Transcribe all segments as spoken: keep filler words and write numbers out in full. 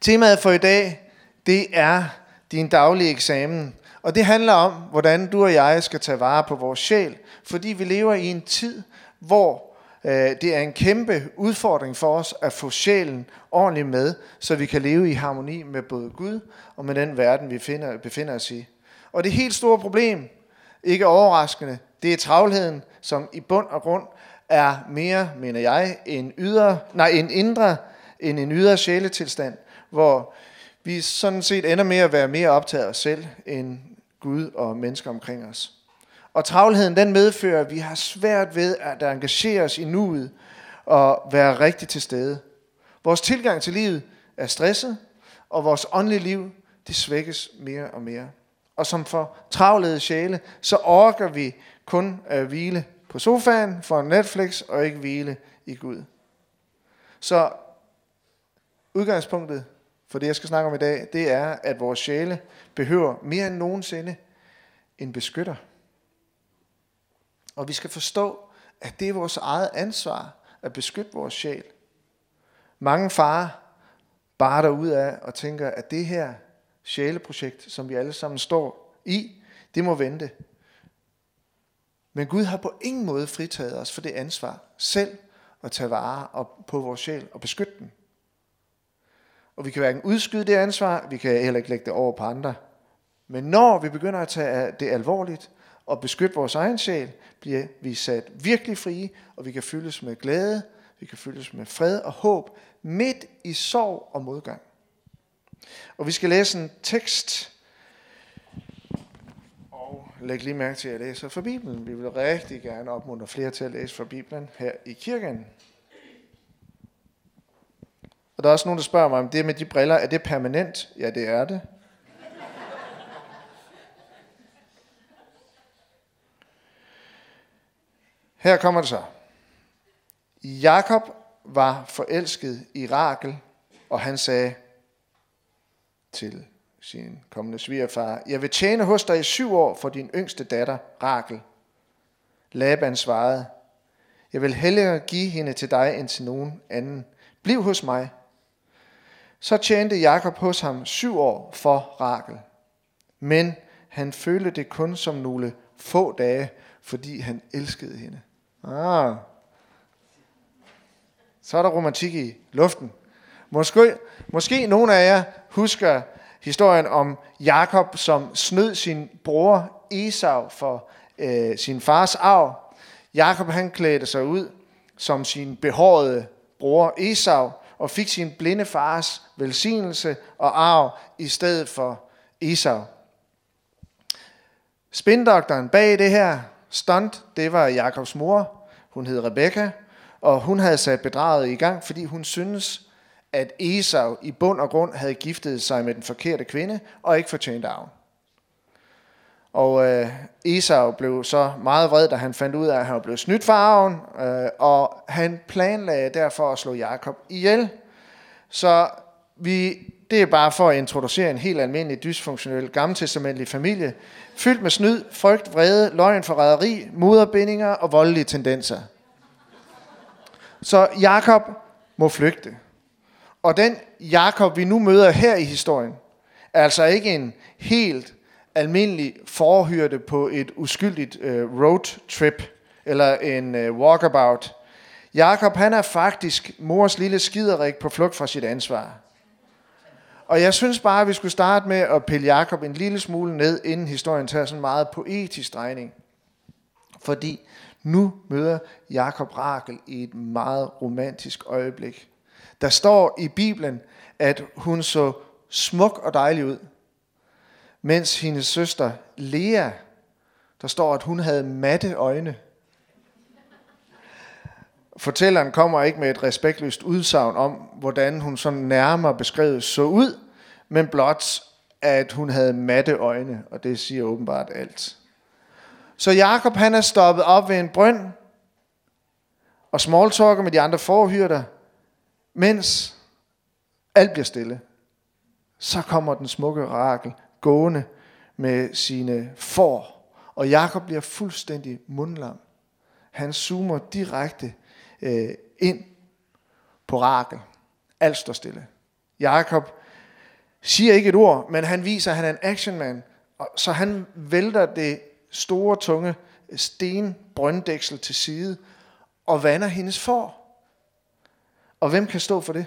Temaet for i dag, det er din daglige eksamen. Og det handler om, hvordan du og jeg skal tage vare på vores sjæl. Fordi vi lever i en tid, hvor øh, det er en kæmpe udfordring for os at få sjælen ordentligt med, så vi kan leve i harmoni med både Gud og med den verden, vi finder, befinder os i. Og det helt store problem, ikke overraskende, det er travlheden, som i bund og grund er mere, mener jeg, en ydre, nej, en indre, end en ydre sjæletilstand, hvor vi sådan set ender med at være mere optaget af os selv, end Gud og mennesker omkring os. Og travlheden, den medfører, at vi har svært ved at engagere os i nuet og være rigtig til stede. Vores tilgang til livet er stresset, og vores åndelige liv, det svækkes mere og mere. Og som for travlede sjæle, så orker vi kun at hvile på sofaen for Netflix og ikke hvile i Gud. Så udgangspunktet for det, jeg skal snakke om i dag, det er, at vores sjæle behøver mere end nogensinde en beskytter. Og vi skal forstå, at det er vores eget ansvar at beskytte vores sjæl. Mange farer bare derudad og tænker, at det her sjæleprojekt, som vi alle sammen står i, det må vente. Men Gud har på ingen måde fritaget os for det ansvar selv at tage vare på vores sjæl og beskytte den. Og vi kan hverken udskyde det ansvar, vi kan heller ikke lægge det over på andre. Men når vi begynder at tage det alvorligt og beskytte vores egen sjæl, bliver vi sat virkelig frie, og vi kan fyldes med glæde, vi kan fyldes med fred og håb, midt i sorg og modgang. Og vi skal læse en tekst, og læg lige mærke til, at jeg læser fra Bibelen. Vi vil rigtig gerne opmuntre flere til at læse fra Bibelen her i kirken. Og der er også nogen, der spørger mig, om det med de briller, er det permanent? Ja, det er det. Her kommer det så. Jakob var forelsket i Rachel, og han sagde til sin kommende svigerfar, jeg vil tjene hos dig i syv år for din yngste datter, Rachel. Laban svarede, jeg vil hellere give hende til dig end til nogen anden. Bliv hos mig. Så tjente Jakob hos ham syv år for Rachel. Men han følte det kun som nogle få dage, fordi han elskede hende. Ah. Så er der romantik i luften. Måske, måske nogle af jer husker historien om Jakob, som snød sin bror Esau for øh, sin fars arv. Jakob han klædte sig ud som sin behårede bror Esau, og fik sin blinde fars velsignelse og arv i stedet for Esau. Spindoktoren bag det her stunt, det var Jakobs mor. Hun hed Rebekka, og hun havde sat bedraget i gang, fordi hun syntes, at Esau i bund og grund havde giftet sig med den forkerte kvinde, og ikke fortjent arven. Og øh, Esau blev så meget vred, da han fandt ud af, at han var blevet snydt for arven, øh, og han planlagde derfor at slå Jakob ihjel. Så vi, det er bare for at introducere en helt almindelig, dysfunktionel, gammeltestamentlig familie, fyldt med snyd, frygt, vrede, løgn, forræderi, moderbindinger og voldelige tendenser. Så Jakob må flygte. Og den Jakob, vi nu møder her i historien, er altså ikke en helt almindelig forhyrte på et uskyldigt uh, roadtrip eller en uh, walkabout. Jakob, han er faktisk mors lille skiderik på flugt fra sit ansvar. Og jeg synes bare, at vi skulle starte med at pille Jakob en lille smule ned, inden historien tager sådan en meget poetisk drejning. Fordi nu møder Jakob Rachel i et meget romantisk øjeblik. Der står i Bibelen, at hun så smuk og dejlig ud, mens hendes søster Lea, der står, at hun havde matte øjne. Fortælleren kommer ikke med et respektløst udsagn om, hvordan hun sådan nærmere beskrevet så ud, men blot, at hun havde matte øjne, og det siger åbenbart alt. Så Jakob, han er stoppet op ved en brønd, og smalltalker med de andre forhyrter, mens alt bliver stille. Så kommer den smukke Rachel gående med sine får, og Jakob bliver fuldstændig mundlam. Han zoomer direkte øh, ind på Rachel. Alt står stille. Jakob siger ikke et ord, men han viser, at han er en actionman. Så han vælter det store, tunge stenbrønddæksel til side og vander hendes får. Og hvem kan stå for det?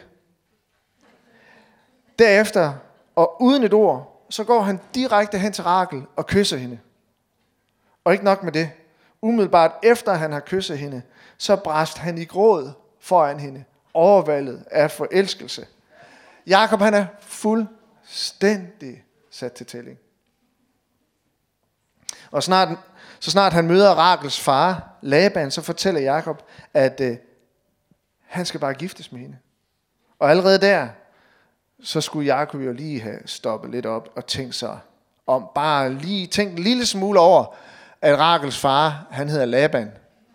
Derefter, og uden et ord, så går han direkte hen til Rachel og kysser hende. Og ikke nok med det. Umiddelbart efter han har kysset hende, så brast han i gråd foran hende, overvældet af forelskelse. Jakob, han er fuldstændig sat til tælling. Og snart, så snart han møder Rachels far, Laban, så fortæller Jakob, at øh, han skal bare giftes med hende. Og allerede der, så skulle Jakob jo lige have stoppet lidt op og tænkt sig om, bare lige tænkt en lille smule over, at Rachels far, han hedder Laban.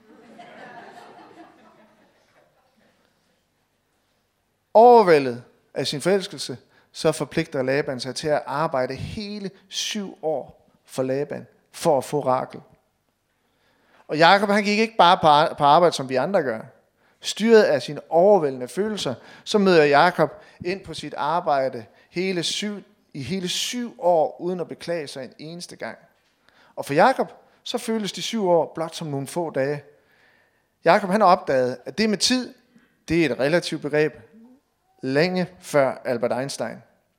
Overvældet af sin forelskelse, så forpligter Laban sig til at arbejde hele syv år for Laban, for at få Rachel. Og Jakob, han gik ikke bare på arbejde, som vi andre gør. Styret af sine overvældende følelser, så møder Jakob ind på sit arbejde hele syv, i hele syv år, uden at beklage sig en eneste gang. Og for Jakob, så føles de syv år blot som nogle få dage. Jakob, han har opdaget, at det med tid, det er et relativt begreb, længe før Albert Einstein.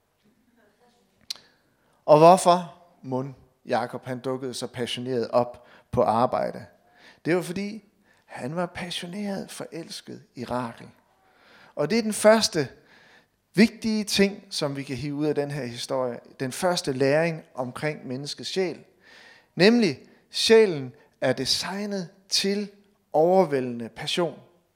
Og hvorfor mon Jakob, han dukkede så passioneret op på arbejde? Det var fordi, han var passioneret forelsket i Rachel. Og det er den første vigtige ting, som vi kan hive ud af den her historie. Den første læring omkring menneskets sjæl. Nemlig, sjælen er designet til overvældende passion.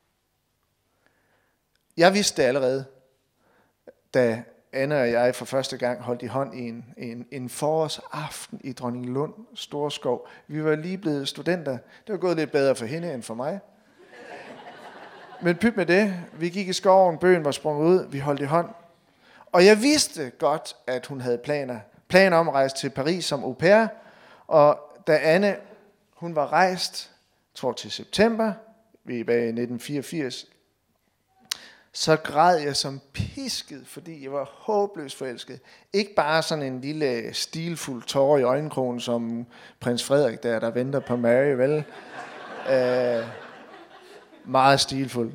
Jeg vidste det allerede, da Anne og jeg for første gang holdt i hånd i en, en, en forårsaften i Dronninglund Storskov. Vi var lige blevet studenter. Det var gået lidt bedre for hende end for mig. Men pyt med det. Vi gik i skoven, bøgen var sprunget ud, vi holdt i hånd. Og jeg vidste godt, at hun havde planer. Planer om at rejse til Paris som au pair. Og da Anne, hun var rejst, tror til september, vi er bag i nitten fireogfirs, så græd jeg som pisket, fordi jeg var håbløst forelsket. Ikke bare sådan en lille stilfuld tårer i øjenkrogen, som prins Frederik der, der venter på Mary, vel? Æh, meget stilfuld.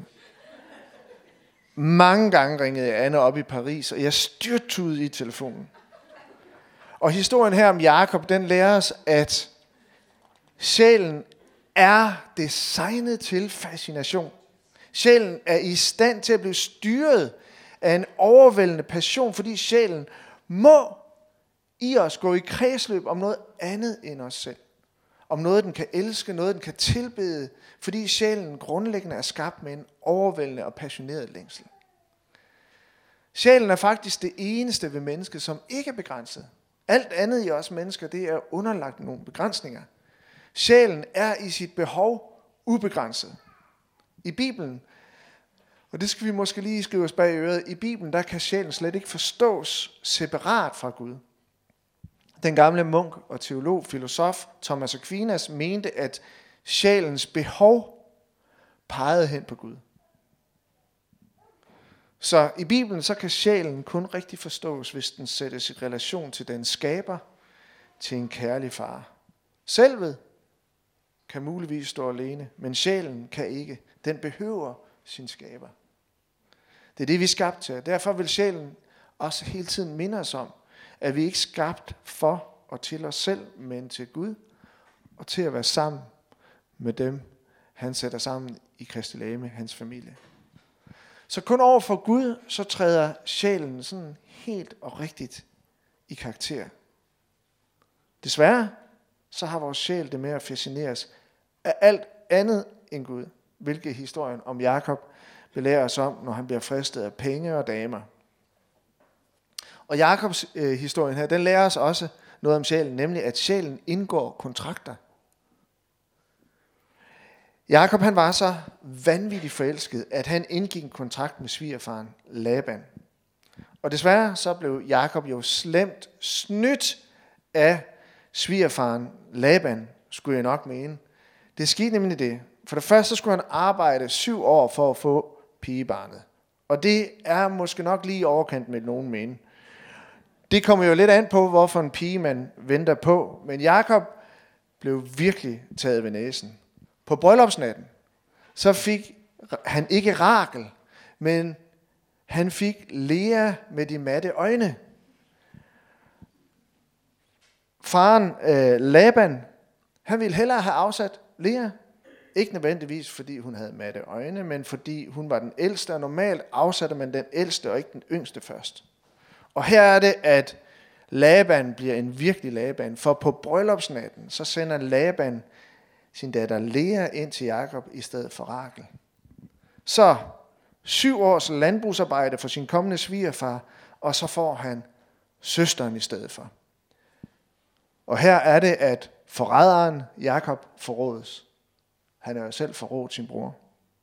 Mange gange ringede jeg Anne op i Paris, og jeg styrtede i telefonen. Og historien her om Jakob, den lærer os, at sjælen er designet til fascination. Sjælen er i stand til at blive styret af en overvældende passion, fordi sjælen må i os gå i kredsløb om noget andet end os selv. Om noget, den kan elske, noget, den kan tilbede, fordi sjælen grundlæggende er skabt med en overvældende og passioneret længsel. Sjælen er faktisk det eneste ved mennesket, som ikke er begrænset. Alt andet i os mennesker, det er underlagt nogle begrænsninger. Sjælen er i sit behov ubegrænset. I Bibelen, og det skal vi måske lige skrive os bag øret, i Bibelen, der kan sjælen slet ikke forstås separat fra Gud. Den gamle munk og teolog, filosof Thomas Aquinas mente, at sjælens behov pegede hen på Gud. Så i Bibelen, så kan sjælen kun rigtig forstås, hvis den sættes i relation til den skaber, til en kærlig far. Selvet kan muligvis stå alene, men sjælen kan ikke. Den behøver sin skaber. Det er det, vi er skabt til. Derfor vil sjælen også hele tiden minde os om, at vi ikke er skabt for og til os selv, men til Gud, og til at være sammen med dem, han sætter sammen i Kristi legeme, hans familie. Så kun over for Gud, så træder sjælen sådan helt og rigtigt i karakter. Desværre, så har vores sjæl det med at fascineres af alt andet end Gud, hvilket historien om Jakob belærer os om, når han bliver fristet af penge og damer. Og Jakobs øh, historien her, den lærer os også noget om sjælen, nemlig at sjælen indgår kontrakter. Jakob, han var så vanvittigt forelsket, at han indgik en kontrakt med svigerfaren Laban. Og desværre så blev Jakob jo slemt snydt af svigerfaren Laban, skulle jeg nok mene. Det skete nemlig det. For det første så skulle han arbejde syv år for at få pigebarnet. Og det er måske nok lige overkendt med nogen mene. Det kommer jo lidt an på, hvorfor en pige man venter på. Men Jakob blev virkelig taget ved næsen. På bryllupsnatten, så fik han ikke Rachel, men han fik Lea med de matte øjne. Faren øh, Laban, han ville hellere have afsat Lea. Ikke nødvendigvis, fordi hun havde matte øjne, men fordi hun var den ældste, og normalt afsatte man den ældste og ikke den yngste først. Og her er det, at Laban bliver en virkelig Laban, for på bryllupsnatten, så sender Laban sin datter Lea ind til Jakob i stedet for Rachel. Så syv års landbrugsarbejde for sin kommende svigerfar, og så får han søsteren i stedet for. Og her er det, at forræderen Jakob forrådes. Han er jo selv forrådt sin bror.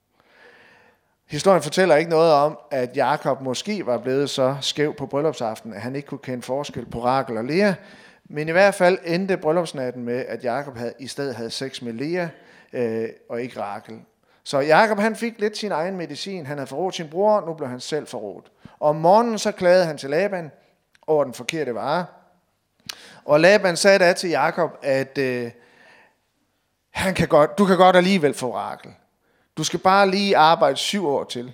Historien fortæller ikke noget om, at Jakob måske var blevet så skæv på bryllupsaften, at han ikke kunne kende forskel på Rachel og Lea. Men i hvert fald endte bryllupsnatten med, at Jakob havde, i stedet havde sex med Lea øh, og ikke Rachel. Så Jakob han fik lidt sin egen medicin. Han havde forrådt sin bror, nu blev han selv forrådt. Og om morgenen så klagede han til Laban over den forkerte vare. Og Laban sagde da til Jakob, at øh, han kan godt, du kan godt alligevel få Rachel. Du skal bare lige arbejde syv år til.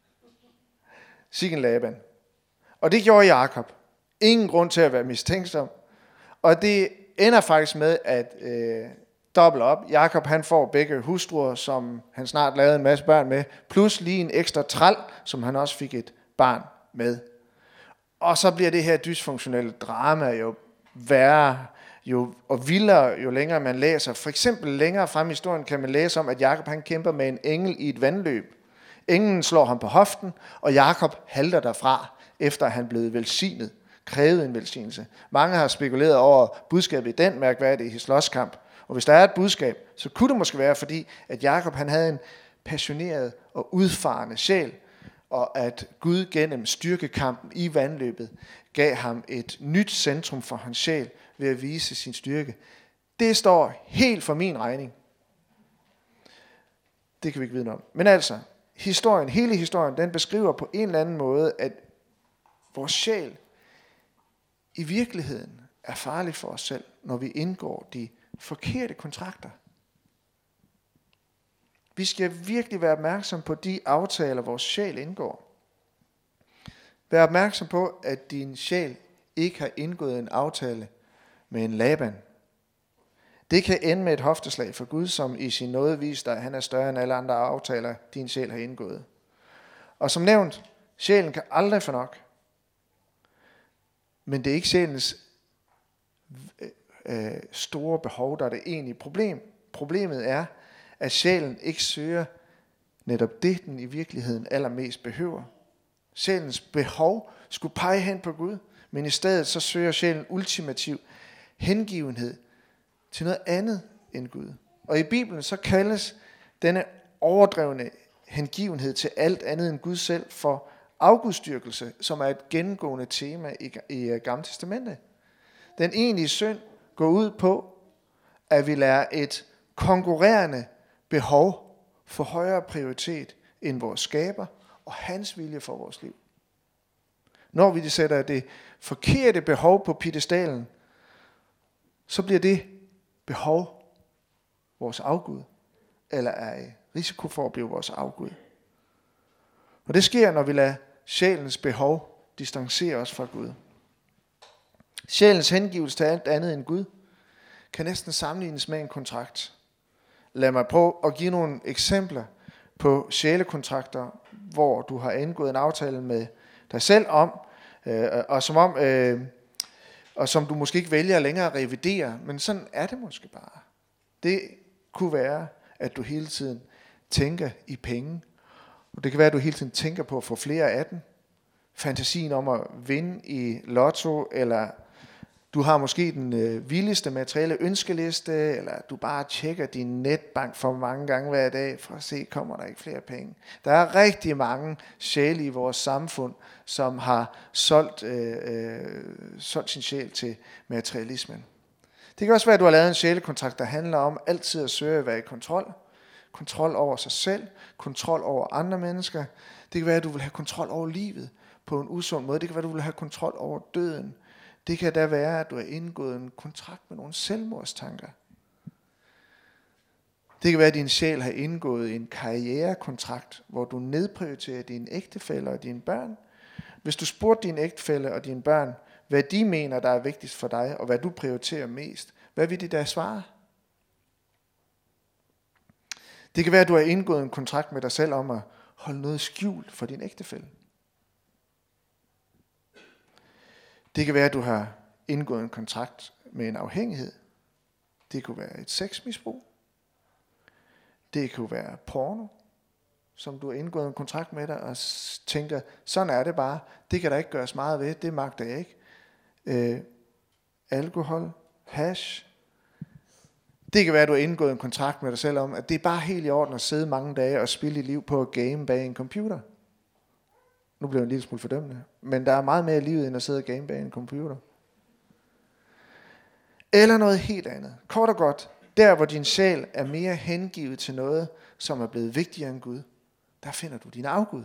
Sikken Laban. Og det gjorde Jakob. Ingen grund til at være mistænksom. Og det ender faktisk med at øh, doble op. Jakob han får begge hustruer, som han snart lavede en masse børn med, plus lige en ekstra træl, som han også fik et barn med. Og så bliver det her dysfunktionelle drama jo værre jo, og vildere, jo længere man læser. For eksempel længere frem i historien kan man læse om, at Jakob han kæmper med en engel i et vandløb. Englen slår ham på hoften, og Jakob halter derfra, efter han blev velsignet, krævede en velsignelse. Mange har spekuleret over budskabet i den mærkværdige slåskamp. Og hvis der er et budskab, så kunne det måske være, fordi at Jakob han havde en passioneret og udfarende sjæl, og at Gud gennem styrkekampen i vandløbet gav ham et nyt centrum for hans sjæl ved at vise sin styrke. Det står helt for min regning. Det kan vi ikke vide om. Men altså, historien, hele historien, den beskriver på en eller anden måde, at vores sjæl i virkeligheden er farlig for os selv, når vi indgår de forkerte kontrakter. Vi skal virkelig være opmærksom på de aftaler, vores sjæl indgår. Vær opmærksom på, at din sjæl ikke har indgået en aftale med en Laban. Det kan ende med et hofteslag for Gud, som i sin nåde viser dig, at han er større end alle andre aftaler, din sjæl har indgået. Og som nævnt, sjælen kan aldrig få nok. Men det er ikke sjælens øh, store behov, der er det egentlige problem. Problemet er, at sjælen ikke søger netop det, den i virkeligheden allermest behøver. Sjælens behov skulle pege hen på Gud, men i stedet så søger sjælen ultimativ hengivenhed til noget andet end Gud. Og i Bibelen så kaldes denne overdrevne hengivenhed til alt andet end Gud selv for afgudstyrkelse, som er et gennemgående tema i, i Gamle Testamente. Den egentlige synd går ud på, at vi lader et konkurrerende behov for højere prioritet end vores skaber og hans vilje for vores liv. Når vi sætter det forkerte behov på piedestalen, så bliver det behov vores afgud, eller er i risiko for at blive vores afgud. Og det sker, når vi lader sjælens behov distancere os fra Gud. Sjælens hengivelse til alt andet end Gud kan næsten sammenlignes med en kontrakt. Lad mig prøve at give nogle eksempler på sjælekontrakter, hvor du har indgået en aftale med dig selv om, øh, og som om, øh, og som du måske ikke vælger længere at revidere, men sådan er det måske bare. Det kunne være, at du hele tiden tænker i penge, og det kan være, at du hele tiden tænker på at få flere af dem. Fantasien om at vinde i lotto, eller du har måske den øh, vildeste materielle ønskeliste, eller du bare tjekker din netbank for mange gange hver dag, for at se, kommer der ikke flere penge. Der er rigtig mange sjæle i vores samfund, som har solgt, øh, øh, solgt sin sjæl til materialismen. Det kan også være, at du har lavet en sjælekontrakt, der handler om altid at søge at være i kontrol. Kontrol over sig selv, kontrol over andre mennesker. Det kan være, at du vil have kontrol over livet på en usund måde. Det kan være, at du vil have kontrol over døden. Det kan da være, at du har indgået en kontrakt med nogle selvmordstanker. Det kan være, at din sjæl har indgået en karrierekontrakt, hvor du nedprioriterer dine ægtefæller og dine børn. Hvis du spurgte dine ægtefæller og dine børn, hvad de mener, der er vigtigst for dig, og hvad du prioriterer mest, hvad vil de da svare? Det kan være, at du har indgået en kontrakt med dig selv om at holde noget skjult for din ægtefælle. Det kan være, at du har indgået en kontrakt med en afhængighed. Det kunne være et sexmisbrug. Det kunne være porno, som du har indgået en kontrakt med dig og tænker, sådan er det bare. Det kan der ikke gøres meget ved. Det magter jeg ikke. Øh, alkohol, hash. Det kan være, at du har indgået en kontrakt med dig selv om, at det er bare helt i orden at sidde mange dage og spille dit liv på at game bag en computer. Nu bliver jeg en lille smule fordømmende. Men der er meget mere i livet, end at sidde og game bag en computer. Eller noget helt andet. Kort og godt, der hvor din sjæl er mere hengivet til noget, som er blevet vigtigere end Gud, der finder du din afgud.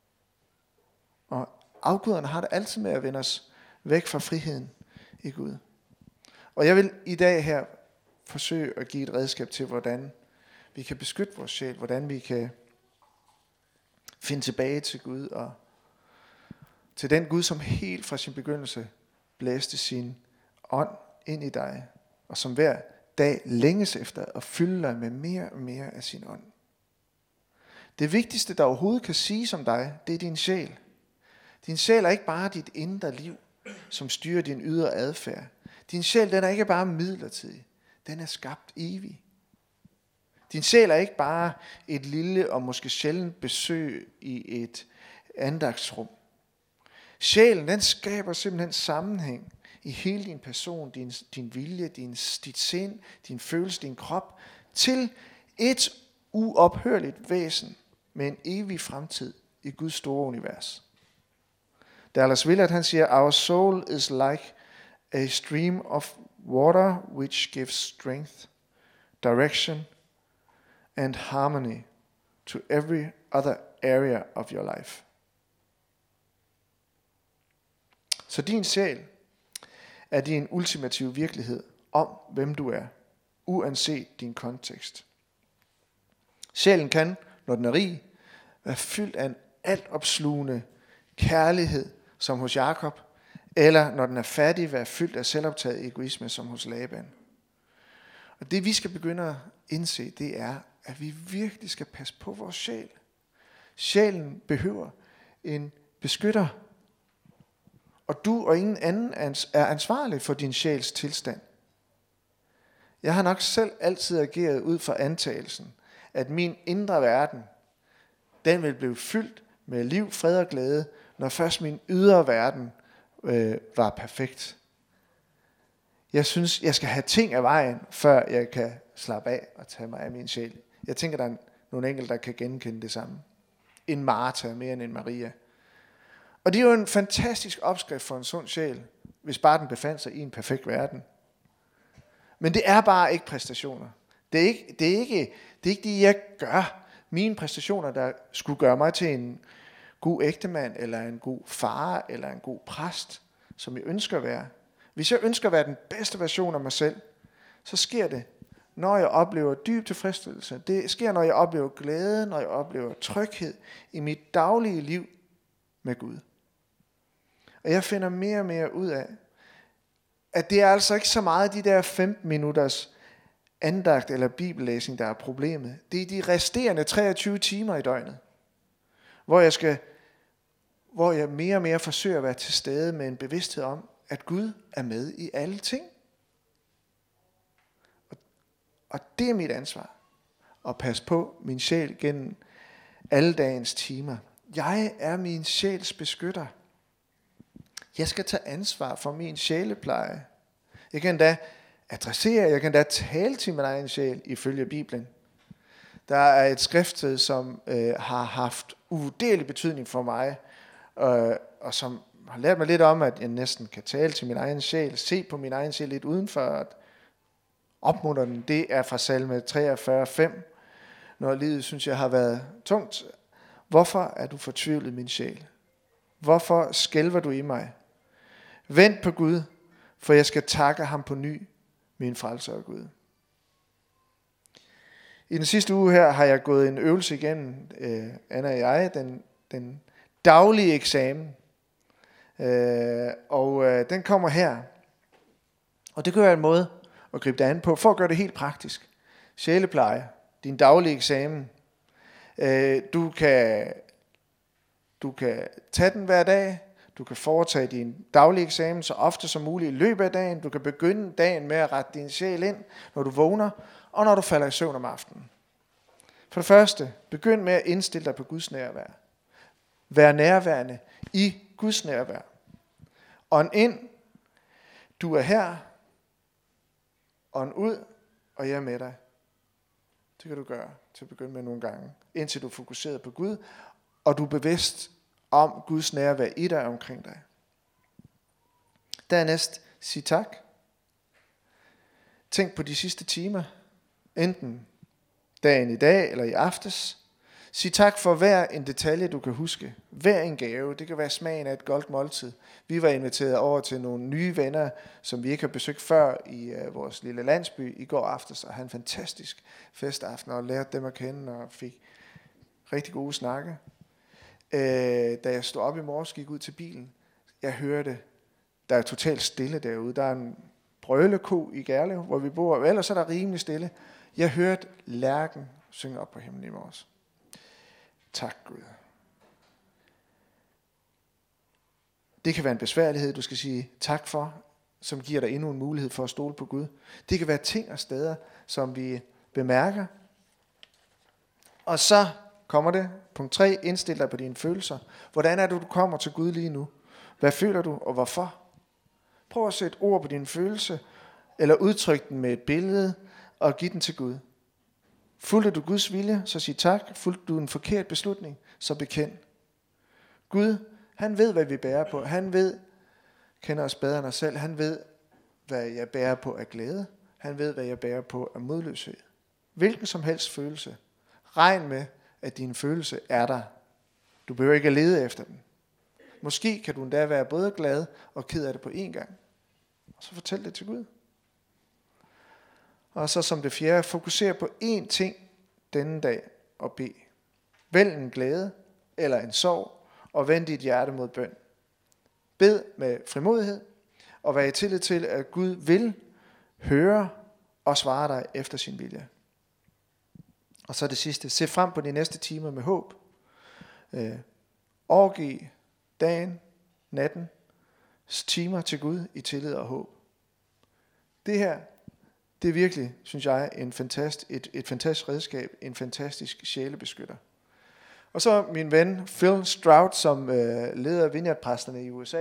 Og afguderne har det altid med at vende os væk fra friheden i Gud. Og jeg vil i dag her forsøge at give et redskab til, hvordan vi kan beskytte vores sjæl, hvordan vi kan finde tilbage til Gud, og til den Gud, som helt fra sin begyndelse blæste sin ånd ind i dig, og som hver dag længes efter at fylde dig med mere og mere af sin ånd. Det vigtigste, der overhovedet kan sige om dig, det er din sjæl. Din sjæl er ikke bare dit indre liv, som styrer din ydre adfærd. Din sjæl, den er ikke bare midlertidig. Den er skabt evig. Din sjæl er ikke bare et lille og måske sjældent besøg i et andagtsrum. Sjælen, den skaber simpelthen sammenhæng i hele din person, din, din vilje, din, dit sind, din følelse, din krop, til et uophørligt væsen med en evig fremtid i Guds store univers. Dallas Willard, han siger, our soul is like a stream of water which gives strength, direction and harmony to every other area of your life. Så din sjæl er din ultimative virkelighed om, hvem du er, uanset din kontekst. Sjælen kan, når den er rig, være fyldt af en altopslugende kærlighed, som hos Jakob, eller når den er fattig, være fyldt af selvoptaget egoisme, som hos Laban. Og det vi skal begynde at indse, det er, at vi virkelig skal passe på vores sjæl. Sjælen behøver en beskytter. Og du og ingen anden er ansvarlig for din sjæls tilstand. Jeg har nok selv altid ageret ud fra antagelsen, at min indre verden, den vil blive fyldt med liv, fred og glæde, når først min ydre verden øh, var perfekt. Jeg synes, jeg skal have ting af vejen, før jeg kan slappe af og tage mig af min sjæl. Jeg tænker, der er nogle enkelte, der kan genkende det samme. En Martha mere end en Maria. Og det er jo en fantastisk opskrift for en sund sjæl, hvis bare den befandt sig i en perfekt verden. Men det er bare ikke præstationer. Det er ikke det, er ikke, det, er ikke det jeg gør. Mine præstationer, der skulle gøre mig til en god ægtemand, eller en god far, eller en god præst, som jeg ønsker at være. Hvis jeg ønsker at være den bedste version af mig selv, så sker det, når jeg oplever dyb tilfredsstillelse. Det sker, når jeg oplever glæde, når jeg oplever tryghed i mit daglige liv med Gud. Og jeg finder mere og mere ud af, at det er altså ikke så meget de der femten minutters andagt eller bibellæsning, der er problemet. Det er de resterende treogtyve timer i døgnet, hvor jeg skal, hvor jeg mere og mere forsøger at være til stede med en bevidsthed om, at Gud er med i alle ting. Og, og det er mit ansvar, at passe på min sjæl gennem alle dagens timer. Jeg er min sjæls beskytter. Jeg skal tage ansvar for min sjælepleje. Jeg kan da adressere, jeg kan da tale til min egen sjæl ifølge Bibelen. Der er et skriftsted, som øh, har haft uvurderlig betydning for mig, øh, og som har lært mig lidt om, at jeg næsten kan tale til min egen sjæl, se på min egen sjæl lidt udenfor, at opmuntre den. Det er fra salme treogfyrre fem, når livet synes jeg har været tungt. Hvorfor er du fortvivlet, min sjæl? Hvorfor skælver du i mig? Vent på Gud, for jeg skal takke ham på ny, min frelser og Gud. I den sidste uge her har jeg gået en øvelse igennem, øh, Anna og jeg, den, den daglige eksamen. Øh, og øh, den kommer her. Og det kan være en måde at gribe det an på, for at gøre det helt praktisk. Sjælepleje, din daglige eksamen. Øh, du kan, du kan tage den hver dag. Du kan foretage din daglige eksamen så ofte som muligt i løbet af dagen. Du kan begynde dagen med at rette din sjæl ind, når du vågner, og når du falder i søvn om aftenen. For det første, begynd med at indstille dig på Guds nærvær. Vær nærværende i Guds nærvær. Ånd ind, du er her. Ånd ud, og jeg er med dig. Det kan du gøre til at begynde med nogle gange, indtil du er fokuseret på Gud, og du er bevidst om Guds nærvær i dig og omkring dig. Dernæst, sig tak. Tænk på de sidste timer, enten dagen i dag eller i aftes. Sig tak for hver en detalje, du kan huske. Hver en gave. Det kan være smagen af et godt måltid. Vi var inviteret over til nogle nye venner, som vi ikke har besøgt før i uh, vores lille landsby i går aftes, og havde en fantastisk festaften, og lærte dem at kende og fik rigtig gode snakke. Uh, da jeg stod op i morges, gik ud til bilen, jeg hørte, der er totalt stille derude. Der er en brøleko i Gerlev, hvor vi bor, og ellers er der rimelig stille. Jeg hørte lærken synge op på himlen i morges. Tak Gud. Det kan være en besværlighed, du skal sige tak for, som giver dig endnu en mulighed for at stole på Gud. Det kan være ting og steder, som vi bemærker. Og så kommer det, punkt tre, indstil dig på dine følelser. Hvordan er det, du kommer til Gud lige nu? Hvad føler du, og hvorfor? Prøv at sætte ord på dine følelser, eller udtryk den med et billede, og giv den til Gud. Fulgte du Guds vilje, så sig tak. Fulgte du en forkert beslutning, så bekend. Gud, han ved, hvad vi bærer på. Han ved, kender os bedre end os selv. Han ved, hvad jeg bærer på af glæde. Han ved, hvad jeg bærer på af modløshed. Hvilken som helst følelse. Regn med, at din følelse er der. Du behøver ikke at lede efter den. Måske kan du endda være både glad og ked af det på én gang. Og så fortæl det til Gud. Og så som det fjerde, fokuser på én ting denne dag og bed. Vælg en glæde eller en sorg og vend dit hjerte mod bøn. Bed med frimodighed og vær i tillid til, at Gud vil høre og svare dig efter sin vilje. Og så det sidste, se frem på de næste timer med håb. Øh, overgiv dagen, natten, timer til Gud i tillid og håb. Det her, det er virkelig, synes jeg, en fantast, et, et fantastisk redskab, en fantastisk sjælebeskytter. Og så min ven Phil Stroud, som øh, leder Vineyard-præsterne i U S A.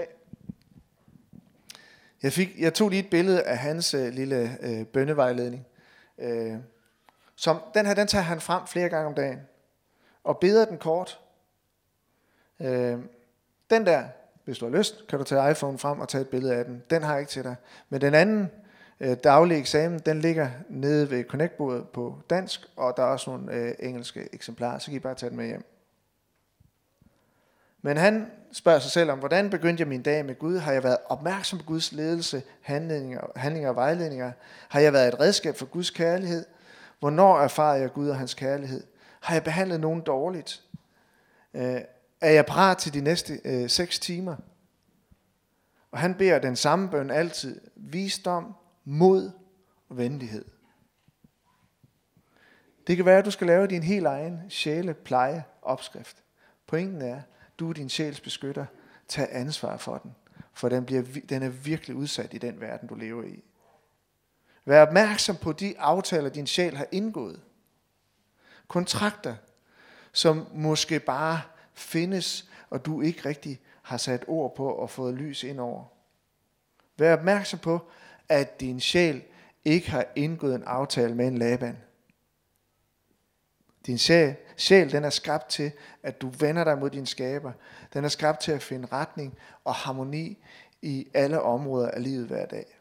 Jeg, fik, jeg tog lige et billede af hans øh, lille øh, bønnevejledning. Øh, som, den her, den tager han frem flere gange om dagen. Og beder den kort. Øh, den der, hvis du har lyst, kan du tage iPhone frem og tage et billede af den. Den har jeg ikke til dig. Men den anden øh, daglige eksamen, den ligger nede ved Connect-bordet på dansk, og der er også nogle øh, engelske eksemplarer, så kan I bare tage den med hjem. Men han spørger sig selv om, hvordan begyndte jeg min dag med Gud? Har jeg været opmærksom på Guds ledelse, handlinger, handlinger og vejledninger? Har jeg været et redskab for Guds kærlighed? Hvornår erfarede jeg Gud og hans kærlighed? Har jeg behandlet nogen dårligt? Øh, er jeg parat til de næste øh, seks timer? Og han beder den samme bøn altid. Visdom, mod og venlighed. Det kan være, at du skal lave din helt egen sjælepleje opskrift. Pointen er, du er din sjæls beskytter. Tag ansvar for den. For den, bliver, den er virkelig udsat i den verden, du lever i. Vær opmærksom på de aftaler, din sjæl har indgået. Kontrakter, som måske bare findes, og du ikke rigtig har sat ord på og fået lys ind over. Vær opmærksom på, at din sjæl ikke har indgået en aftale med en Laban. Din sjæl, sjæl, den er skabt til, at du vender dig mod din skaber. Den er skabt til at finde retning og harmoni i alle områder af livet hver dag.